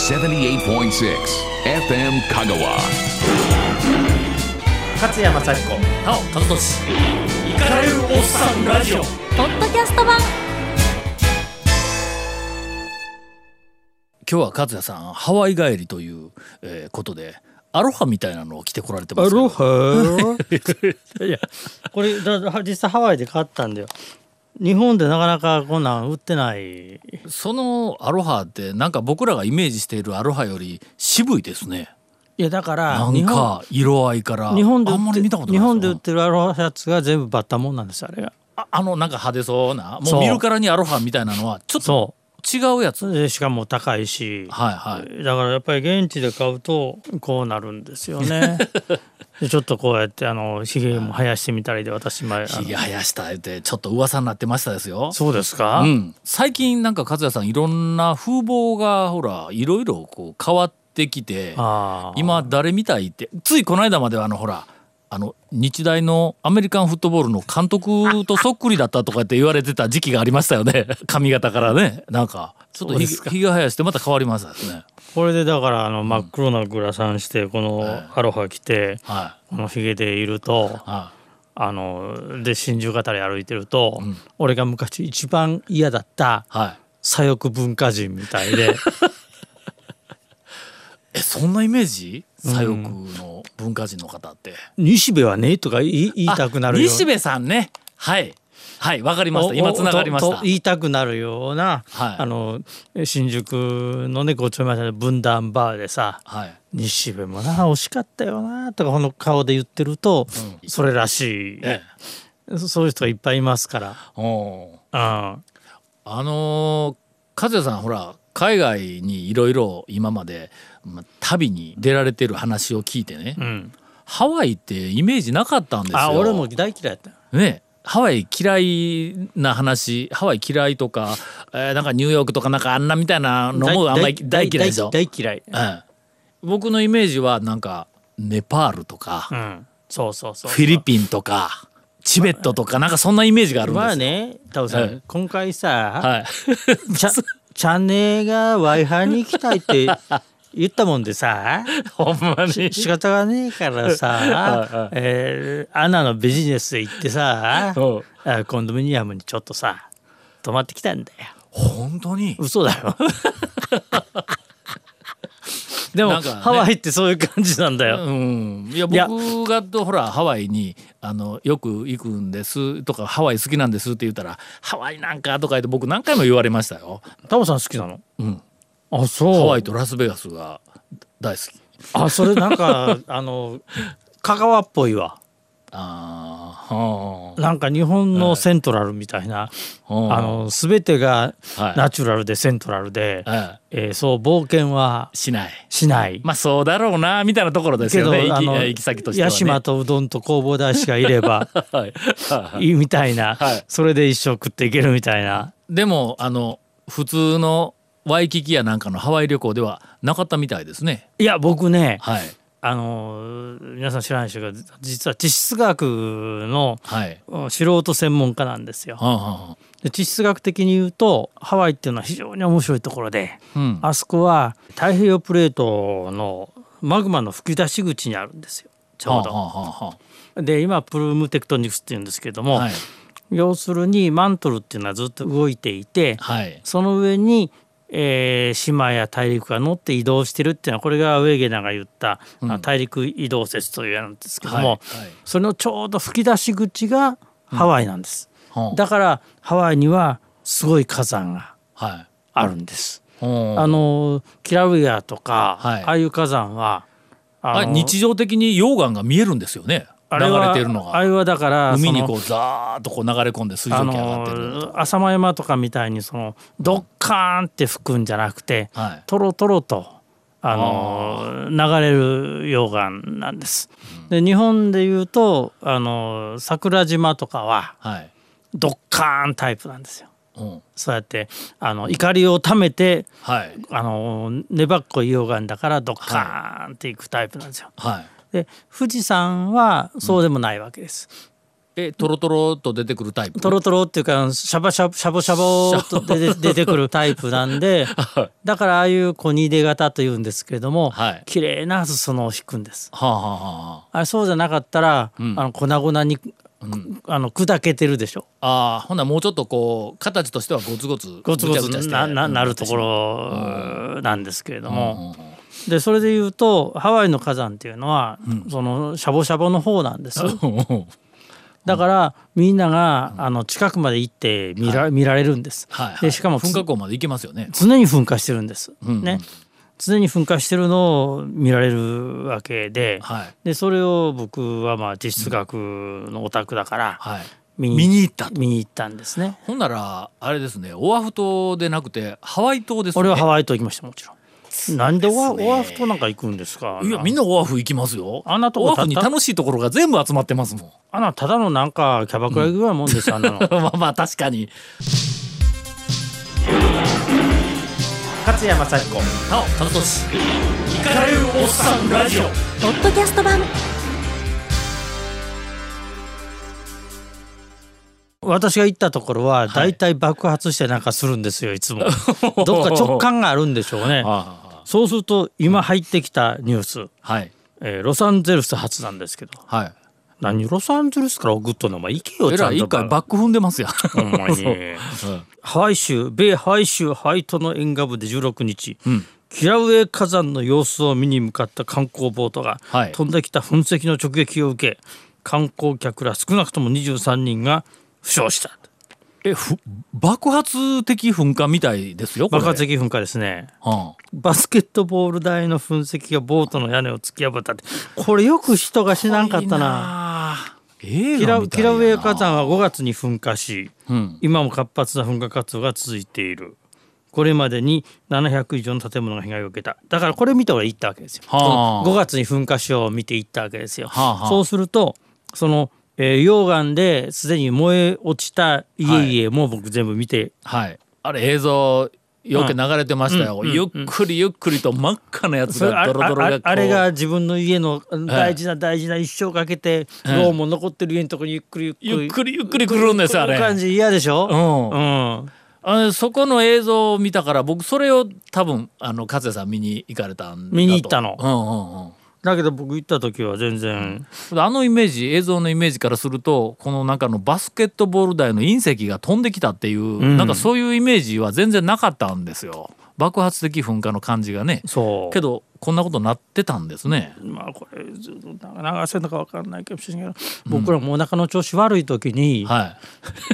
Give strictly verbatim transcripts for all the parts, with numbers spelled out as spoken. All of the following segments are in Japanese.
セブンティエイトポイントシックス エフエム 香川。 勝山幸子、 なお和俊、 イカれるおっさんラジオ。 ポッドキャスト版。 今日は和也さんハワイ帰りという、えー、ことでアロハみたいなのを着てこられてますけど。 アロハいやこれだ実際ハワイで買ったんだよ。日本でなかなかこんなん売ってない。 そのアロハってなんか僕らがイメージしているアロハより渋いですね。 いやだからなんか色合いから日本で売ってあんまり見たことないですよ。 日本で売ってるアロハシャツが全部バッタモンなんですあれが。 あ, あのなんか派手そうなもそうう見るからにアロハみたいなのはちょっと違うやつ。 でしかも高いし、 はいはい、 だからやっぱり現地で買うとこうなるんですよねでちょっとこうやってあのひげも生やしてみたりで私前ひげ生やした言ってちょっと噂になってましたですよ。 そうですか、 うん、最近なんか和也さんいろんな風貌がほらいろいろこう変わってきて、 あ今誰みたいってついこの間まではあのほらあの日大のアメリカンフットボールの監督とそっくりだったとかって言われてた時期がありましたよね髪型からね。なんかちょっとひひげ生やしてまた変わりましたですね。 これでだからあの真っ黒なグラサンしてこのアロハ着て、 はこのひげでいると、 いはあので真珠語り歩いてると、 うん俺が昔一番嫌だったいはい。 左翼文化人みたいでえそんなイメージ？左翼の文化人の方って、 西部はねとか言い言いたくなるような西部さんね。はいはいわかりました。今つながりました。 とと言いたくなるような、 はいあの新宿のねごちょいました分断バーでさ、 はい西部もな惜しかったよなとかこの顔で言ってると、 うんそれらしい、 えそういう人がいっぱいいますからえ、おーうんあのー、和也さんほら海外にいろいろ今まで、まあ、旅に出られてる話を聞いてね、 うん、 ハワイってイメージなかったんですよ。 あ俺も大嫌いだった。 ねハワイ嫌いな話ハワイ嫌いとか、えーなんかニューヨークとかなんかあんなみたいなのもあんまり大嫌いでしょ。 大大嫌い、 うん僕のイメージはなんかネパールとか、 うん、そうそうそうフィリピンとかチベットとかなんかそんなイメージがあるんですよ。 まあねタオさん、 はい今回さ、 はいチャチャンネが Wi-Fi に行きたいって言ったもんでさほんまに仕方がねえからさ、 はいはいえーアナのビジネスへ行ってさうんあコンドミニアムにちょっとさ泊まってきたんだよ。 本当に嘘だよでも、 なんかねハワイってそういう感じなんだよ、 うん、いやいや僕がとほらハワイにあのよく行くんですとかハワイ好きなんですって言ったらハワイなんかとか言って僕何回も言われましたよ。 タモさん好きなの？ うん、 あそうハワイとラスベガスが大好き。 あそれなんかあの香川っぽいわ。 あーはなんか日本のセントラルみたいな、 あはああの全てがはいナチュラルでセントラルで、 ええーそう冒険はえしない。 しない。 まあそうだろうなみたいなところですけどよね。行きあの行き先としてはね。 八島とうどんと弘法大師がいればはいはいいいみたいな、 はいそれで一生食っていけるみたいな。 でもあの普通のワイキキやなんかのハワイ旅行ではなかったみたいですね。 いや僕ねはいあの皆さん知らない人が実は地質学のはい。 うん素人専門家なんですよ。 はあはあで地質学的に言うとハワイっていうのは非常に面白いところで、 うんあそこは太平洋プレートのマグマの吹き出し口にあるんですよちょうど。 はあはあはあで今プルームテクトニクスっていうんですけれども、 はい要するにマントルっていうのはずっと動いていて、 はいその上に、えー島や大陸が乗って移動してるっていうのはこれがウェーゲナーが言った、 うん大陸移動説というやつなんですけども、 はいはいそれのちょうど吹き出し口がハワイなんです、 はあだからハワイにはすごい火山がはいあるんです。 うんあのキラウエアとか、 はいああいう火山はあのあ日常的に溶岩が見えるんですよね。流あれはれてるのがあれはだから海にそのこうザーッとこう流れ込んで水蒸あ気上がってるのとの浅間山とかみたいにそのドッカーンって吹くんじゃなくて、 はいトロトロとあの流れる溶岩なんです。で日本でいうとあの桜島とかははいドッカーンタイプなんですよ。 うんそうやってあの怒りをためてはいあの粘っこい溶岩だからドッカーンっていくタイプなんですよ。 はいで富士山はそうでもないわけです。 えトロトロと出てくるタイプ。 トロトロっていうかシャバシャシャボシャボと出て出てくるタイプなんでだからああいう小煮出型というんですけれども、 はい、 綺麗な裾野を引くんです。 はあはあはあれそうじゃなかったら、うん、あの粉々に、うん、あの砕けてるでしょ。 ああほんならもうちょっとこう形としてはゴツゴツゴツゴツな, な, なるところなんですけれども、うんでそれでいうとハワイの火山っていうのは、うん、そのシャボシャボの方なんです。だからみんなが、うん、あの近くまで行って見 ら,、はい、見られるんです、はいはい、でしかも噴火口まで行けますよね。 常に噴火してるんです、 うんうん、 ね、常に噴火してるのを見られるわけで、はい、でそれを僕はまあ地質学のオタクだから、はい、見に、見に行った見に行ったんですね。 ほんならあれですね、オアフ島でなくてハワイ島ですね。 俺はハワイ島行きました。もちろん。なんでオアフ島なんか行くんですか。 いやみんなオアフ行きますよ。あんなとこオアフに楽しいところが全部集まってますもん。 あんなただのなんかキャバクラぐらいもんです、うん、あんなのまあまあ確かに。 勝山幸子なお田俊イカれるおっさんラジオポッドキャスト版。 私が行ったところはだいたい爆発してなんかするんですよ、いつもどっか直感があるんでしょうねそうすると今入ってきたニュース、はいえー、ロサンゼルス発なんですけど、はい、何ロサンゼルスから送っとんの、お前行けよちゃんと。 一回バック踏んでますやんほんまに、うん、ハワイ州米ハワイ州ハワイ島の沿岸部でじゅうろくにち、うん、キラウエイ火山の様子を見に向かった観光ボートが、はい、飛んできた噴石の直撃を受け観光客ら少なくともにじゅうさんにんが負傷した。 えふ爆発的噴火みたいですよこれ。 爆発的噴火ですね、はあ、バスケットボール台の噴石がボートの屋根を突き破ったって、これよく人が死なんかったな。 キラウエイ火山はごがつに噴火し、うん、今も活発な噴火活動が続いている。これまでにななひゃく以上の建物が被害を受けた。だからこれ見て俺行ったわけですよ、はあ、ごがつに噴火しを見て行ったわけですよ、はあはあ、そうするとそのえー、溶岩ですでに燃え落ちた家々も僕全部見て、 はいはい、あれ映像よく流れてましたよ、うんうんうん、ゆっくりゆっくりと真っ赤なやつがドロドロがこうあ, あ, あれが自分の家の大事な大事な一生かけてローンも残ってる家のところにゆっくりゆっくりゆっくりゆっくり来るんですよあれ。 こういう感じ嫌でしょ、うんうん、あそこの映像を見たから僕それを多分あの勝也さん見に行かれたんだと。 見に行ったの、 うんうんうん、だけど僕行った時は全然、 うん、あのイメージ映像のイメージからするとこの中のバスケットボール台の隕石が飛んできたっていう、うん、なんかそういうイメージは全然なかったんですよ。爆発的噴火の感じがね。そうけどこんなことになってたんですね。 まあこれずっと流せるのか分からないかもしれないけど、うん、僕らもお腹の調子悪い時に、はい、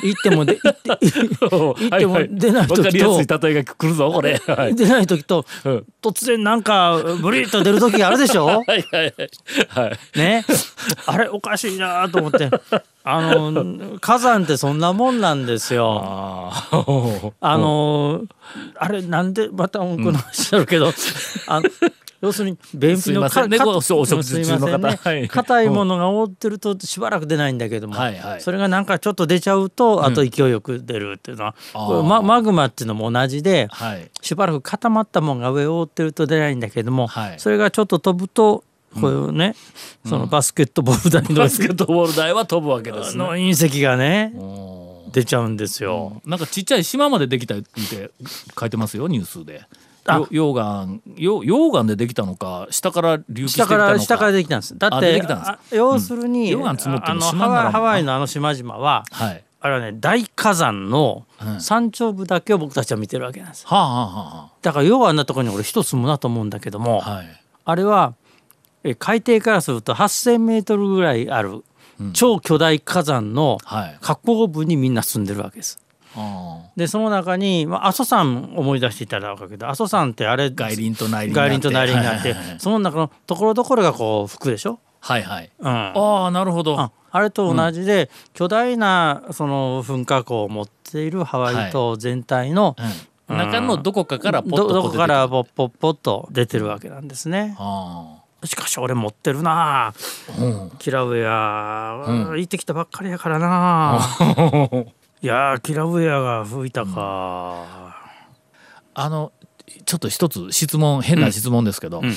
行ってもで行って行っても出ない時と分かりやすい例えが来るぞこれ、 はい、出ない時と、うん、突然なんかブリッと出る時があるでしょはいはいはい、はい、ねあれおかしいなと思ってあの火山ってそんなもんなんですよ。あ, あのあれなんでまた文句の話あるけど、うん、あの要するに便秘のか、ね、お食事中の方、 ね、硬いものが覆ってるとしばらく出ないんだけども、はいはい、それがなんかちょっと出ちゃうとあと勢いよく出るっていうのは、うん、マ, マグマっていうのも同じで、はい、しばらく固まったものが上を覆ってると出ないんだけども、はい、それがちょっと飛ぶとこういうね、うん、そのバスケットボール台の、 バスケットボール台は飛ぶわけですね。 の隕石がね出ちゃうんですよ、 うん、なんかちっちゃい島までできたって書いてますよニュースで。溶岩溶岩でできたのか下から隆起してきたのか。下から下からできたんです。だって要するに、 うん、溶岩積もっても島ならハワイのあの島々は、はい、あれはね大火山の山頂部だけを僕たちは見てるわけなんです、うん、はあはあはあ、だからようあんなところに俺一つ住むなと思うんだけども、はい、あれはえ海底からするとはっせんメートルぐらいある超巨大火山の河口部にみんな住んでるわけです、はい、でその中に、まあ、阿蘇山思い出していただくけど阿蘇山ってあれ外輪と内輪外輪と内輪があって、はいはいはい、その中のところどころがこう吹くでしょ。 はいはい、うん、ああなるほど。 あ, あれと同じで、うん、巨大なその噴火口を持っているハワイ島全体の、はいうん、中のどこかからポッと出てる、 どこからポッポッポッと出てるわけなんですね。あしかし俺持ってるな、うん、キラウェア、うん、行ってきたばっかりやからな、うん、いやキラウェアが吹いたか、うん、 あのちょっと一つ質問変な質問ですけど、うんうん、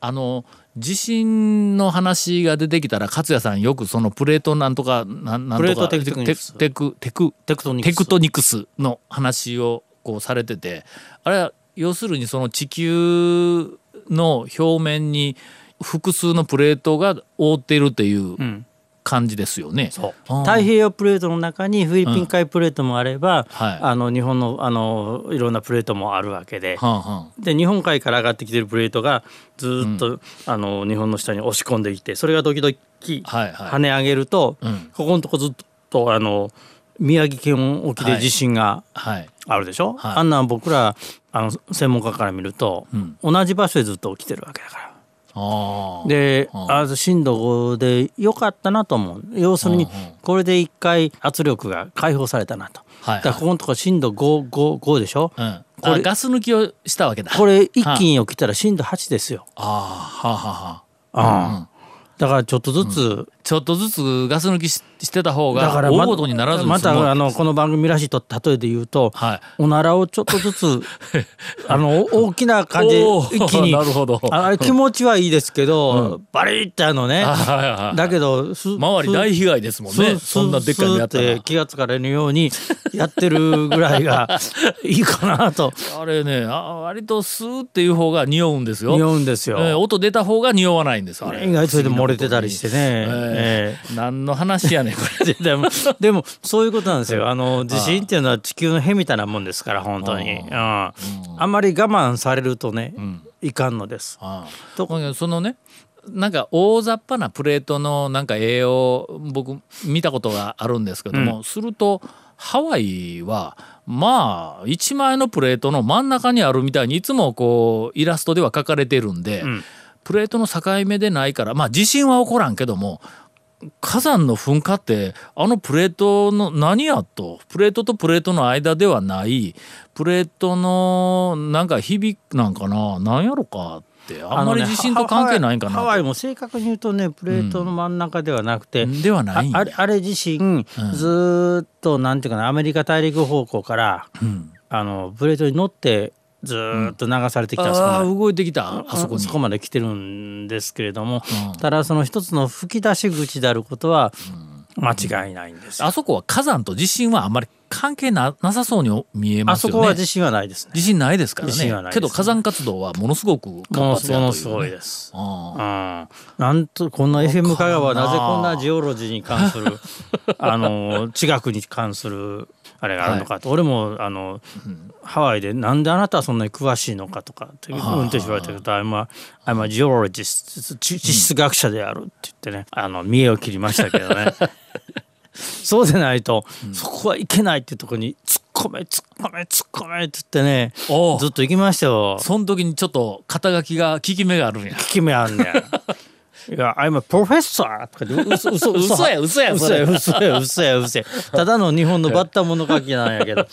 あの地震の話が出てきたら勝谷さんよくそのプレートなんとかなんなんとかプレートテクトニクステクテクテクトニクステクトニクスの話をこうされてて、あれは要するにその地球の表面に複数のプレートが覆っているっていう感じですよね。 そう太平洋プレートの中にフィリピン海プレートもあれば、うんはい、あの日本のあのいろんなプレートもあるわけで、はんはんで日本海から上がってきてるプレートがずっと、うん、あの日本の下に押し込んできて、それが時々、はいはい、跳ね上げると、うん、ここのとこずっとあの宮城県沖で地震があるでしょ、はいはい、あんなん僕らあの専門家から見ると、うん、同じ場所でずっと起きてるわけだから。あであ震度ごで良かったなと思う。要するにこれで一回圧力が解放されたなと、はいはい、だからここのところ震度ご、ご、ごでしょ、うん、 これガス抜きをしたわけだ。 これ一気に起きたら震度はちですよ。 ああはあはあ、うんうん、だからちょっとずつ、うん、 ちょっとずつガス抜き し, してた方が大事にならずに済む。 またあのこの番組らしいと例えで言うと、はい、おならをちょっとずつあの大きな感じで一気になるほど。 あれ気持ちはいいですけど、うん、バリッてあのね、はいはいはい、だけど周り大被害ですもんね。そんなでっかいのやったらって気がつかれるようにやってるぐらいがいいかなと。 あれね、あ割とスーっていう方が匂うんですよ。 匂うんですよ、 えー、音出た方が匂わないんです。あれ意外とそれで漏れてたりしてね、 えーえー、何の話やねんこれでもでもそういうことなんですよ。あの地震っていうのは地球のへみたいなもんですから本当に、うん、あんまり我慢されるとね、うん、いかんのです。ああとそのねなんか大雑把なプレートのなんか栄養僕見たことがあるんですけども、うん、するとハワイはまあいちまいのプレートの真ん中にあるみたいにいつもこうイラストでは描かれてるんで、うん、プレートの境目でないからまあ地震は起こらんけども火山の噴火ってあのプレートの何やとプレートとプレートの間ではないプレートのなんか響くなんかな何やろかってあんまり地震と関係ないんかな。 ハワイも正確に言うとねプレートの真ん中ではなくて、うん、 ではないんや。 あれ、あれ自身、うん、ずっとなんていうかなアメリカ大陸方向から、うん、あのプレートに乗ってずっと流されてきた、うん、 ああ動いてきたあそこにそこまで来てるんですけれども、うん、ただその一つの吹き出し口であることは間違いないんですよ、 うん、あそこは火山と地震はあんまり関係 な, なさそうに見えますよね。 あそこは地震はないですね。 地震ないですからね。 地震はないですね。 けど火山活動はものすごく活発やという、ね、 ものすごいです。ああなんとこんな エフエム 香川はなぜこんなジオロジーに関するあの地学に関するあれがあるのかと、はい、俺もあの、うん、ハワイでなんであなたはそんなに詳しいのかとかって運転手言われたけど I'm a, I'm a geologist 地質学者であるって言ってねあの見栄を切りましたけどねそうでないと、うん、そこはいけないっていうところに突っ込め突っ込め突っ込めって言ってねずっと行きましたよ。 その時にちょっと肩書きが効き目があるんや。効き目あるんやいや、I'm a professor とかで嘘嘘嘘嘘や嘘や嘘や嘘や嘘や嘘やただの日本のバッタ物書きなんやけど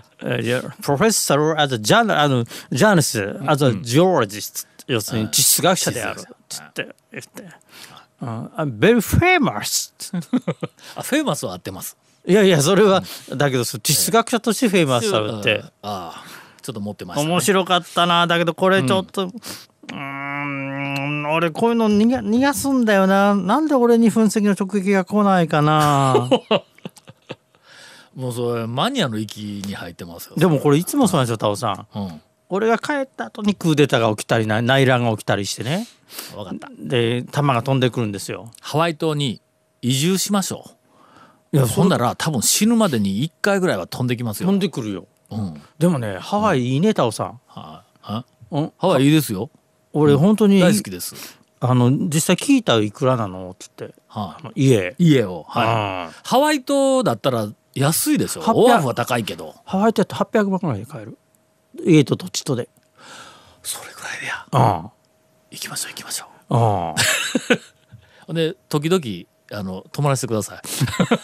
Professor as a journal あの journalist as a geologist、うん、要するに地質学者であるって言って言って、uh, I'm very famous あフェイマスは合ってます。 いやいやそれはだけど地質学者としてフェイマスされて、うん、 ああちょっと持ってました、ね、 面白かったな。だけどこれちょっと、うんうーん俺こういうの逃が、逃がすんだよな。なんで俺に噴石の直撃が来ないかなもうそれマニアの域に入ってますよ。 でもこれいつもそうなんですよタオさん、うん、俺が帰った後にクーデターが起きたり内乱が起きたりしてね分かったで弾が飛んでくるんですよ。 ハワイ島に移住しましょう。いやそんなら多分死ぬまでにいっかいぐらいは飛んできますよ。 飛んでくるよ、うん、でもねハワイいいねタオさん、 はあうん、ハワイいいですよ。 俺本当に大好きです。 あの実際聞いたらいくらなのって言って、はあ、家家を、はい、ハワイ島だったら安いでしょ。オアフは高いけどハワイ島ってはっぴゃくまんぐらいで買える家と土地とで。 それぐらいでや、 ああ行きましょう行きましょう。ああで時々あの泊まらせてください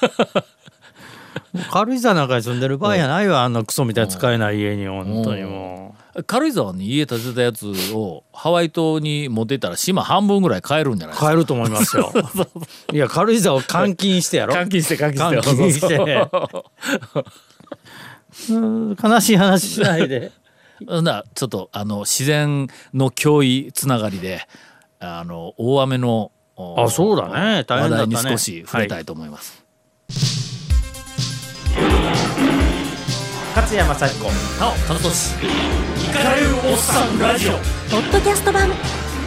軽井沢なんかに住んでる場合やないわ、あんなクソみたいに使えない家に本当にもう。軽井沢に家建てたやつをハワイ島に持っていったら島半分ぐらい買えるんじゃないですか。 買えると思いますよいや軽井沢を監禁してやろ監禁して監禁して監禁してうん悲しい話しないでなちょっとあの自然の脅威つながりであの大雨のあそうだね大変だったね話題に少し触れたいと思います、 はい、勝山幸子なお田中氏イカれるおっさんラジオポッドキャスト版。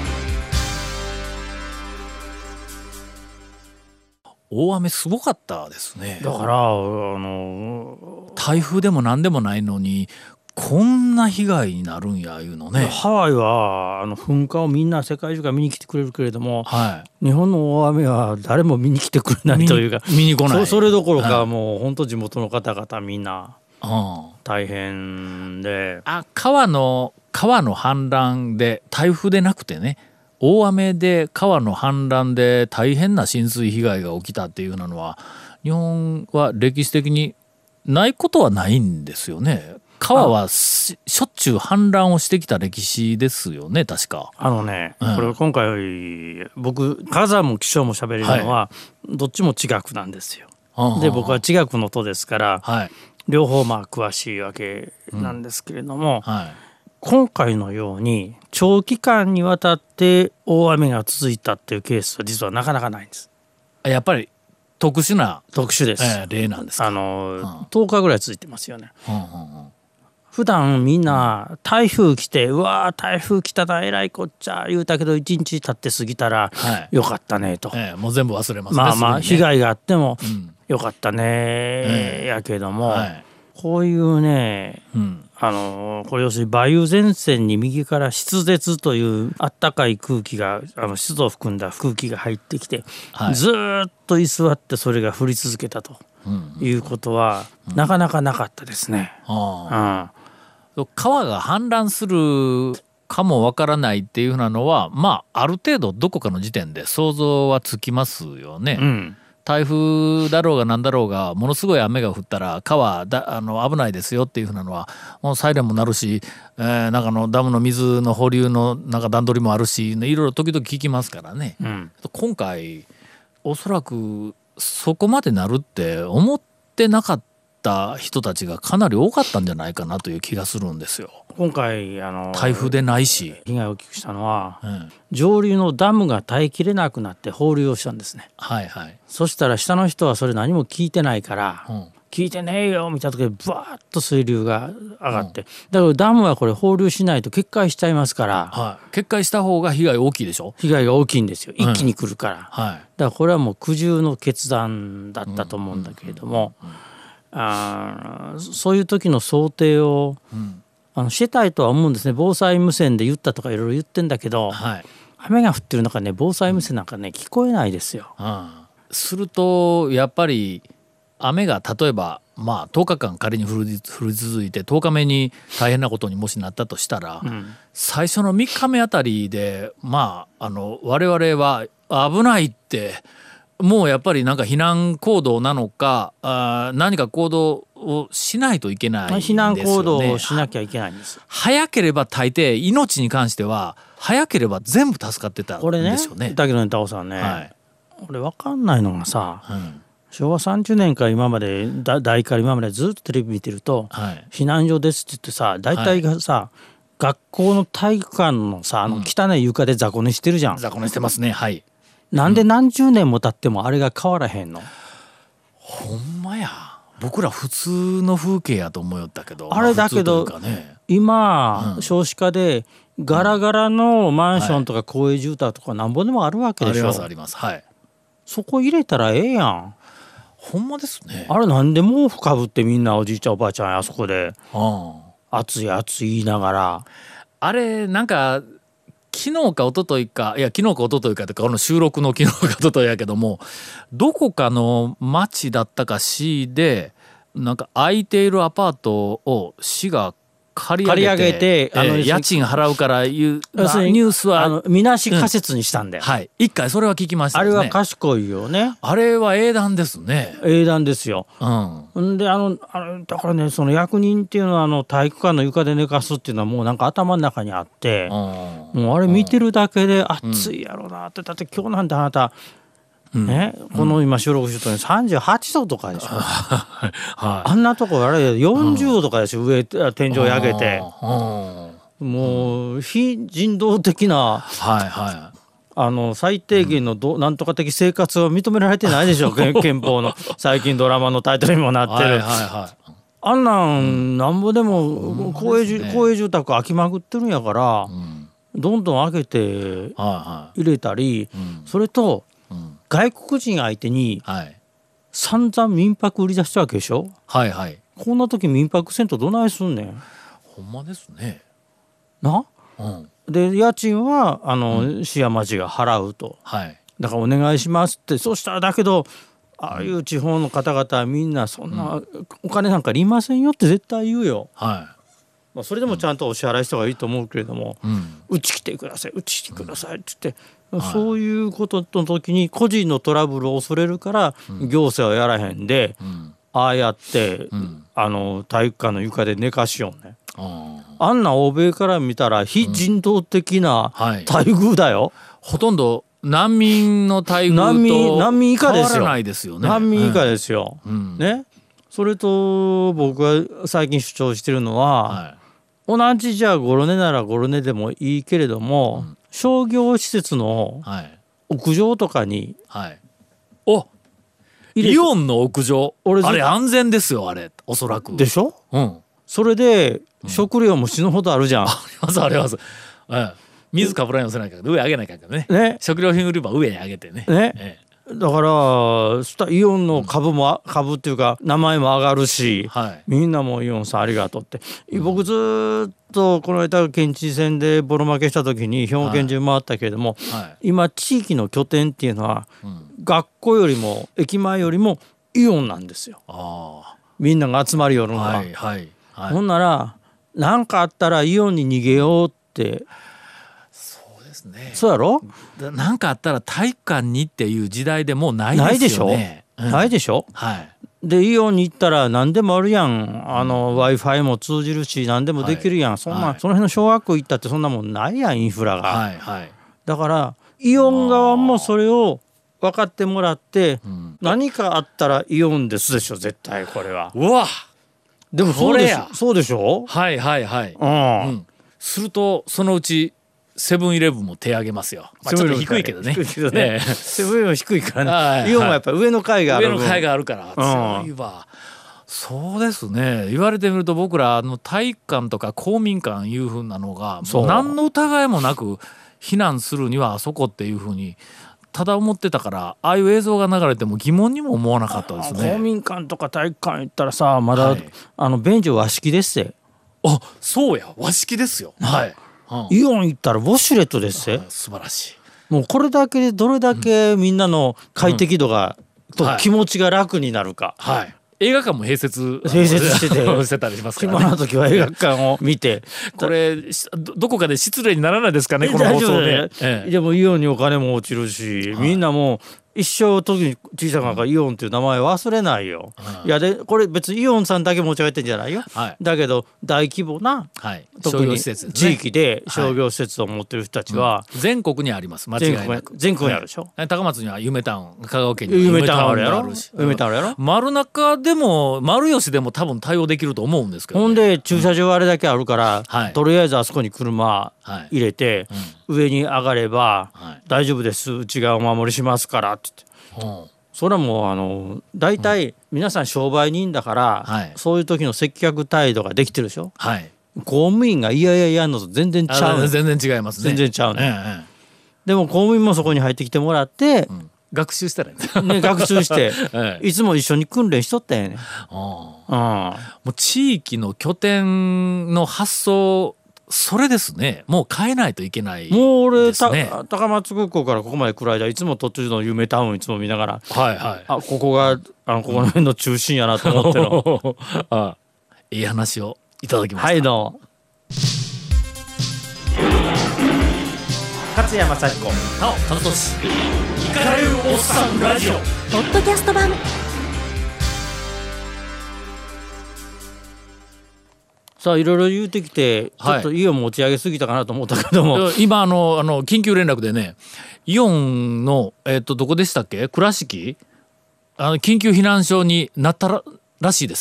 大雨すごかったですね。 だからあの台風でも何でもないのにこんな被害になるんやいうのね。 ハワイはあの噴火をみんな世界中が見に来てくれるけれども、 はい、 日本の大雨は誰も見に来てくれないというか見に来ないそ, それどころか、 はい、 もう本当地元の方々みんな大変で、 うん、あ川の川の氾濫で台風でなくてね大雨で川の氾濫で大変な浸水被害が起きたっていうのは日本は歴史的にないことはないんですよね。川はしょっちゅう氾濫をしてきた歴史ですよね確か。 あのね、 うん、 これ今回僕火山も気象も喋れるのは、はい、どっちも地学なんですよ。で僕は地学の徒ですから、はい、両方まあ詳しいわけなんですけれども、うんはい、今回のように長期間にわたって大雨が続いたっていうケースは実はなかなかないんです。 やっぱり特殊な特殊です、 えー、例なんですか。 あの、うん、とおかぐらい続いてますよね、うんうんうん、普段みんな台風来てうわー台風来たなえらいこっちゃ言うたけどいちにち経って過ぎたら、はい、よかったねと、 えー、もう全部忘れますね。 まあまあ、 ね、 被害があっても、 うん、 よかったね、えー、やけども、はい、こういうね、うん、あのこれ要するに梅雨前線に右から湿舌というあったかい空気があの湿度を含んだ空気が入ってきて、はい、ずっと居座ってそれが降り続けたということは、うんうん、なかなかなかったですね、うんうん、川が氾濫するかもわからないっていうふうなのはまあある程度どこかの時点で想像はつきますよね、うん、台風だろうが何だろうがものすごい雨が降ったら川だあの危ないですよっていうふうなのはもうサイレンも鳴るし、えー、なんかのダムの水の放流のなんか段取りもあるしいろいろ時々聞きますからね、うん、今回おそらくそこまでなるって思ってなかった人たちがかなり多かったんじゃないかなという気がするんですよ。 今回あの台風でないし被害を大きくしたのは、うん、上流のダムが耐えきれなくなって放流をしたんですね、はいはい、そしたら下の人はそれ何も聞いてないから、うん、聞いてねえよみたいな時にブワーッと水流が上がって、うん、だからダムはこれ放流しないと決壊しちゃいますから、 はい、決壊した方が被害大きいでしょ。 被害が大きいんですよ一気に来るから、うんはい、だからこれはもう苦渋の決断だったと思うんだけれども、うんうんうんうん、あそういう時の想定を、うんあのしてたいとは思うんですね。防災無線で言ったとかいろいろ言ってんだけど、はい、雨が降ってる中ね防災無線なんかね聞こえないですよ、 うん、するとやっぱり雨が例えばまあとおかかん仮に降り、降り続いてとおかめに大変なことにもしなったとしたら、うん、最初のみっかめあたりでまああの我々は危ないってもうやっぱりなんか避難行動なのかあ何か行動をしないといけないんですよね。 避難行動をしなきゃいけないんです。 早ければ大抵命に関しては早ければ全部助かってたんですよね。 これねだけどねタオさんね、はい、俺分かんないのがさ、うん、しょうわさんじゅうねんから今まで大から今までずっとテレビ見てると、はい、避難所ですって言ってさ大体がさ、はい、学校の体育館のさあの汚い床で雑魚寝してるじゃん、うん、 雑魚寝してますね。はいなんで何十年も経ってもあれが変わらへんの、 ほんまや僕ら普通の風景やと思いよったけどあれだけど、まあね、今、うん、少子化でガラガラのマンションとか公営住宅とかなんぼでもあるわけでしょ、 はい、ありますあります、はい、 そこ入れたらええやん。 ほんまですね。 あれなんで毛布かぶってみんなおじいちゃんおばあちゃんあそこで、うん、暑い暑い言いながらあれなんか昨日か一昨日かいや昨日か一昨日かとかこの収録の昨日か一昨日やけどもどこかの町だったか市でなんか空いているアパートを市が借り上げて、あの家賃払うからいうニュースはあのみなし仮説にしたんだよ、 うん、はい一回それは聞きましたね。 あれは賢いよね。 あれは英断ですね。 英断ですよ、うん、であのあれだからねその役人っていうのはあの体育館の床で寝かすっていうのはもうなんか頭の中にあって、うん、もうあれ見てるだけで暑いやろなって、だって今日なんてあなたね、うん、この今収録してるのにさんじゅうはちどとかでしょ、はい、あんなとこあれよんじゅうどとかでしょ、うん、上天井上げて、うん、もう非人道的な、 はいはい、 あの最低限のど、うん、なんとか的生活は認められてないでしょ憲法の最近ドラマのタイトルにもなってる、はいはいはい、あんなんなんぼでも公営、ね、公営住宅空きまくってるんやから、うん、どんどん開けて入れたり、はいはい、うん、それと、うん、外国人相手に散々民泊売り出したわけでしょ、はいはい、こんな時民泊せんとどないすんねん。 ほんまですね。 な、うん、で家賃はあの、うん、市や町が払うと、はい、だからお願いしますって。そうしたらだけどああいう地方の方々はみんなそんなお金なんかいりませんよって絶対言うよ、はい、まあ、それでもちゃんとお支払いした方がいいと思うけれども、うん、うち来てくださいうち来てくださいって言って、うん、そういうことの時に個人のトラブルを恐れるから行政はやらへんで、うん、ああやって、うん、あの体育館の床で寝かしようね。あんな欧米から見たら非人道的な待遇だよ、うん、はい、 ほとんど難民の待遇と変わらないですよね。 難民以下ですよ、うん、ね。それと僕が最近主張してるのは、はい、同じじゃあゴロネならゴロネでもいいけれども、うん、商業施設の屋上とかに、はいはい、 おイオンの屋上、俺あれ安全ですよ、あれおそらくでしょ、うん、それで食料も死ぬほどあるじゃん、うん、ありますあります、うん、水かぶらんよせないから上上げないからね、ね、食料品売り場上に上げてね、ね、ええ、だからイオンの株も、うん、株っていうか名前も上がるし、はい、みんなもイオンさんありがとうって、うん、僕ずっとこの間県知事選でボロ負けした時に兵庫県中回ったけれども、はいはい、今地域の拠点っていうのは、うん、学校よりも駅前よりもイオンなんですよ。あ、みんなが集まりよるのは、はいはいはい、ほんなら何かあったらイオンに逃げようって。 そうですね。 そうやろ。 何かあったら体育館にっていう時代でもうないですよね。 ないでしょ、うん、ないでしょ、はい。でイオンに行ったら何でもあるやん、あの Wi-Fi も通じるし何でもできるやん、はい、そんな、はい、その辺の小学校行ったってそんなもんないやん、インフラが、はいはい、だからイオン側もそれを分かってもらって、うん、何かあったらイオンですでしょ絶対これは。 うわ、 でもそうでしょ、そうでしょ、 はいはいはい、うんうん、するとそのうちセブンイレブンも手上げますよ、まあ、ちょっと低いけどね、低いけどね、 えー、セブンイレブン低いからね、はいはい、イオンはやっぱり上の階がある、 上の階があるから強いわ、うん、そうですね。言われてみると僕らあの体育館とか公民館いうふうなのがもう何の疑いもなく避難するにはあそこっていうふうにただ思ってたから、ああいう映像が流れても疑問にも思わなかったですね。 公民館とか体育館行ったらさまだ、はい、あの便所和式ですって。 あ、そうや和式ですよ、はい、 うん、イオン行ったらウォシュレットですって。 素晴らしい。 もうこれだけでどれだけみんなの快適度が、うん、と気持ちが楽になるか、 はいはい、映画館も併設併設しててしてたりしますからね。 暇な時は映画館を見てこれ ど, どこかで失礼にならないですかねこの放送で。 ええ、でもイオンにお金も落ちるし、はい、みんなも一生時に小さながイオンっていう名前忘れないよ、うん、いやでこれ別にイオンさんだけ持ち上げてんじゃないよ、はい、だけど大規模な、はい、特に地域で商業施設を持ってる人たちは、 はい、うん、全国にあります間違いなく。 全国にあるでしょ、 はい、高松には夢タウン、香川県には夢タウンあるやろ、夢タウンあるやろ、 丸中でも丸吉でも多分対応できると思うんですけど、ね、 ほんで駐車場あれだけあるから、うん、とりあえずあそこに車入れて、はい、うん、上に上がれば、はい、大丈夫です、うちがお守りしますからって言って、うん、それはもうあの大体皆さん商売人だから、うん、はい、そういう時の接客態度ができてるでしょ、はい、公務員がいやいやいやんのと全然ちゃう、 全然違いますね、 全然ちゃうね、ええ、でも公務員もそこに入ってきてもらって、うん、 学習したらいいね、学習して、ええ、いつも一緒に訓練しとったんやね、うん、 もう地域の拠点の発想それですね。もう変えないといけないですね。もう俺た高松空港からここまで来る間いつも途中の夢タウンいつも見ながら、はいはい、あここがあのここの辺の中心やなと思ってのあいい話をいただきました。 はいどうも。 勝山幸子なお田中俊イカれるおっさんラジオポッドキャスト版。 さあいろいろ言うてきてちょっとイオン持ち上げすぎたかなと思ったけども、 はい、今あのあの緊急連絡でねイオンの、えー、とどこでしたっけ倉敷あの緊急避難所になった ら, らしいです。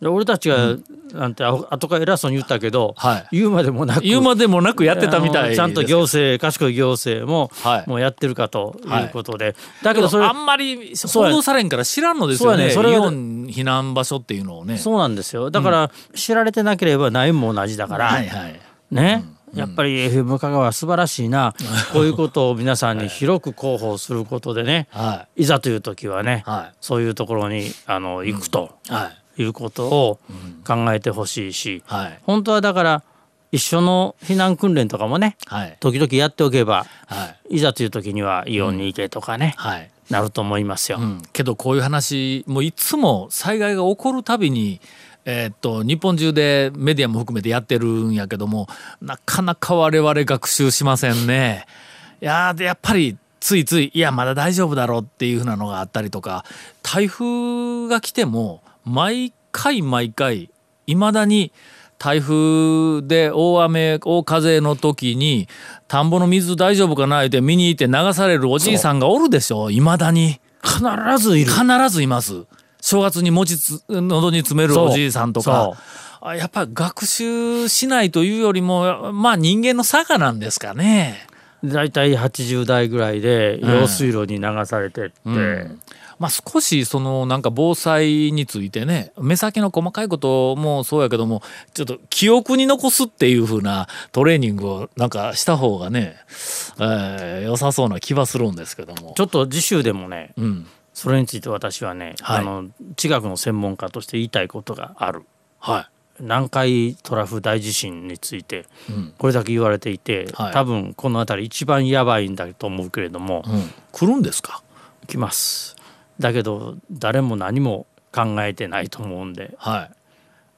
で俺たちが、うん、なんて後から偉そうに言ったけど、はい、言うまでもなく言うまでもなくやってたみたいです。 ちゃんと行政賢い行政も、はい、もうやってるかということで、はい、だけどそれあんまり報道されんから知らんのですよね。それイオン避難場所っていうのをね。 そうなんですよ。だから、うん、知られてなければないも同じだから、はいはい、ね、うん、やっぱり エフエム 香川は素晴らしいな、こういうことを皆さんに広く広報することでね、はい、いざという時はね、はい、そういうところにあの行くと、うん、はいいうことを考えてほしいし、うんはい、本当はだから一緒の避難訓練とかもね、はい、時々やっておけば、はい、いざという時にはイオンに行けとかね、うんはい、なると思いますよ、うん、 けどこういう話もういつも災害が起こるたびに、えー、っと日本中でメディアも含めてやってるんやけども、なかなか我々学習しませんね。いやでやっぱりついついいやまだ大丈夫だろうっていうふうなのがあったりとか、台風が来ても毎回毎回いまだに台風で大雨大風の時に田んぼの水大丈夫かなって見に行って流されるおじいさんがおるでしょ。いまだに必ずいる。 必ずいます。正月に餅つ喉に詰めるおじいさんとか、あやっぱり学習しないというよりもまあ人間の差がなんですかね。 だいたいはちじゅう代ぐらいで用水路に流されてって、うんうんまあ、少しそのなんか防災についてね、目先の細かいこともそうやけどもちょっと記憶に残すっていう風なトレーニングをなんかした方がね、えー、良さそうな気はするんですけども、 ちょっと次週でもね、うん、それについて私はね、はい、あの地学の専門家として言いたいことがある、はい、南海トラフ大地震についてこれだけ言われていて、うん、多分この辺り一番やばいんだと思うけれども、 うん、来るんですか？ 来ます。だけど誰も何も考えてないと思うんで、はい、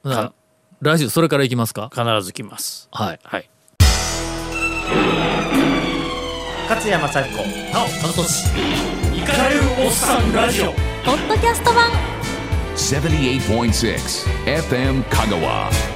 来週それから行きますか？ 必ず来ます。 はい、はい、 勝山幸子なおかずとしイカれるおっさんラジオポッドキャスト版セブンティーエイトポイントシックス エフエム 香川。